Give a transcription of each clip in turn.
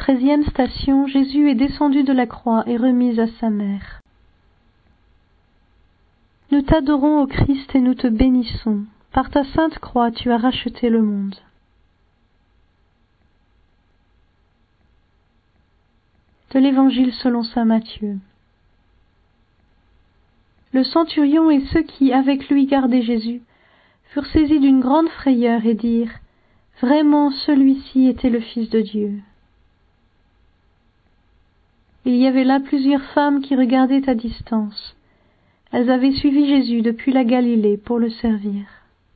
13e station, Jésus est descendu de la croix et remis à sa mère. Nous t'adorons, ô Christ, et nous te bénissons. Par ta sainte croix, tu as racheté le monde. De l'Évangile selon saint Matthieu. Le centurion et ceux qui, avec lui, gardaient Jésus, furent saisis d'une grande frayeur et dirent « Vraiment, celui-ci était le Fils de Dieu. » Il y avait là plusieurs femmes qui regardaient à distance. Elles avaient suivi Jésus depuis la Galilée pour le servir.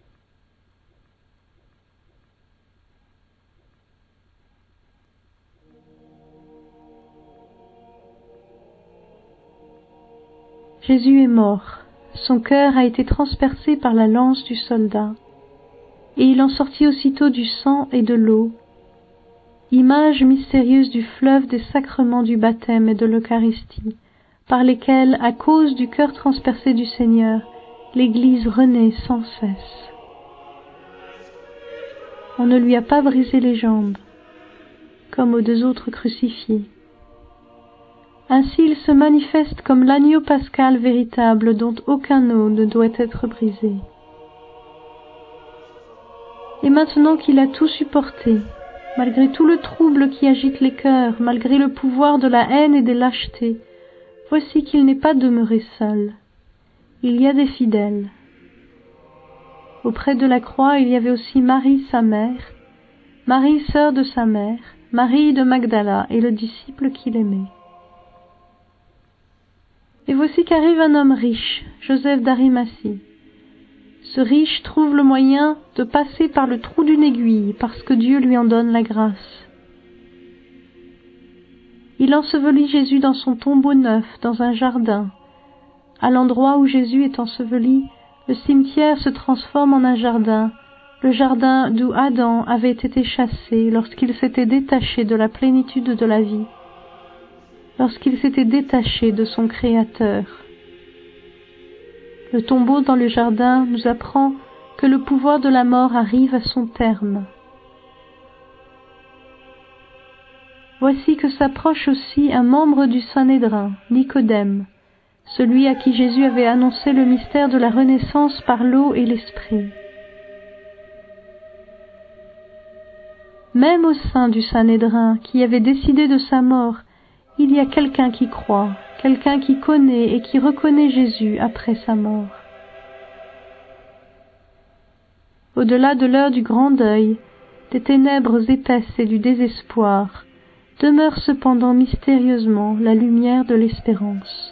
Jésus est mort. Son cœur a été transpercé par la lance du soldat, et il en sortit aussitôt du sang et de l'eau, image mystérieuse du fleuve des sacrements du baptême et de l'Eucharistie, par lesquels, à cause du cœur transpercé du Seigneur, l'Église renaît sans cesse. On ne lui a pas brisé les jambes, comme aux deux autres crucifiés. Ainsi il se manifeste comme l'agneau pascal véritable dont aucun os ne doit être brisé. Et maintenant qu'il a tout supporté, malgré tout le trouble qui agite les cœurs, malgré le pouvoir de la haine et des lâchetés, voici qu'il n'est pas demeuré seul. Il y a des fidèles. Auprès de la croix, il y avait aussi Marie, sa mère, Marie, sœur de sa mère, Marie de Magdala et le disciple qu'il aimait. Et voici qu'arrive un homme riche, Joseph d'Arimathie. Ce riche trouve le moyen de passer par le trou d'une aiguille parce que Dieu lui en donne la grâce. Il ensevelit Jésus dans son tombeau neuf, dans un jardin. À l'endroit où Jésus est enseveli, le cimetière se transforme en un jardin, le jardin d'où Adam avait été chassé lorsqu'il s'était détaché de la plénitude de la vie, lorsqu'il s'était détaché de son Créateur. Le tombeau dans le jardin nous apprend que le pouvoir de la mort arrive à son terme. Voici que s'approche aussi un membre du Sanhédrin, Nicodème, celui à qui Jésus avait annoncé le mystère de la renaissance par l'eau et l'esprit. Même au sein du Sanhédrin, qui avait décidé de sa mort, il y a quelqu'un qui croit, quelqu'un qui connaît et qui reconnaît Jésus après sa mort. Au-delà de l'heure du grand deuil, des ténèbres épaisses et du désespoir, demeure cependant mystérieusement la lumière de l'espérance.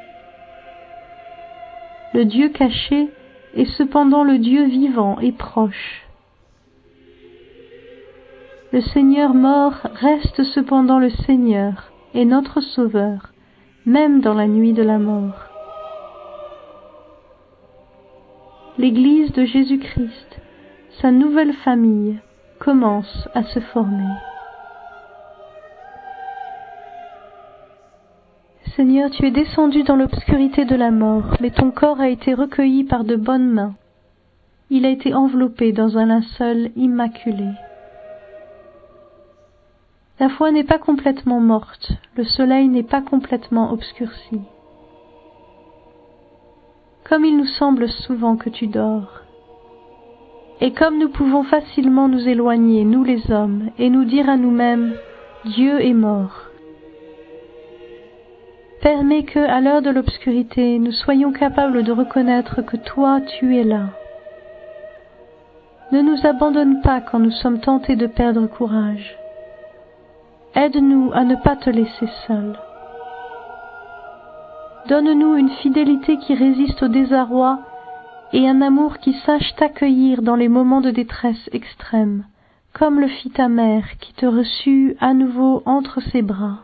Le Dieu caché est cependant le Dieu vivant et proche. Le Seigneur mort reste cependant le Seigneur et notre Sauveur, même dans la nuit de la mort. L'Église de Jésus-Christ, sa nouvelle famille, commence à se former. Seigneur, tu es descendu dans l'obscurité de la mort, mais ton corps a été recueilli par de bonnes mains. Il a été enveloppé dans un linceul immaculé. La foi n'est pas complètement morte, le soleil n'est pas complètement obscurci. Comme il nous semble souvent que tu dors, et comme nous pouvons facilement nous éloigner, nous les hommes, et nous dire à nous-mêmes « Dieu est mort », permets que, à l'heure de l'obscurité, nous soyons capables de reconnaître que toi, tu es là. Ne nous abandonne pas quand nous sommes tentés de perdre courage. Aide-nous à ne pas te laisser seuls. Donne-nous une fidélité qui résiste au désarroi et un amour qui sache t'accueillir dans les moments de détresse extrême, comme le fit ta mère qui te reçut à nouveau entre ses bras.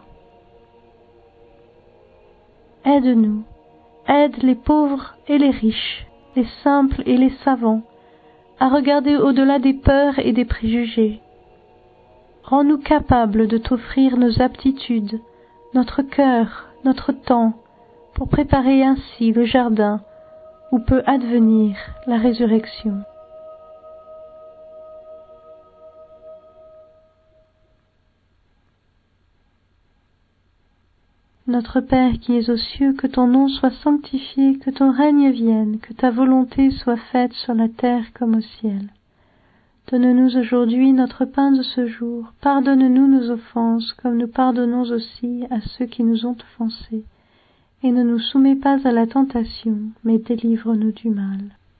Aide-nous, aide les pauvres et les riches, les simples et les savants, à regarder au-delà des peurs et des préjugés. Rends-nous capables de t'offrir nos aptitudes, notre cœur, notre temps, pour préparer ainsi le jardin où peut advenir la résurrection. Notre Père qui es aux cieux, que ton nom soit sanctifié, que ton règne vienne, que ta volonté soit faite sur la terre comme au ciel. Donne-nous aujourd'hui notre pain de ce jour. Pardonne-nous nos offenses, comme nous pardonnons aussi à ceux qui nous ont offensés. Et ne nous soumets pas à la tentation, mais délivre-nous du mal.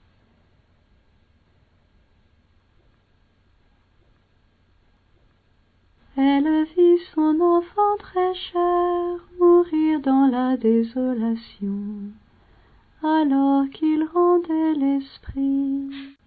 Elle vit son enfant très cher mourir dans la désolation, alors qu'il rendait l'esprit.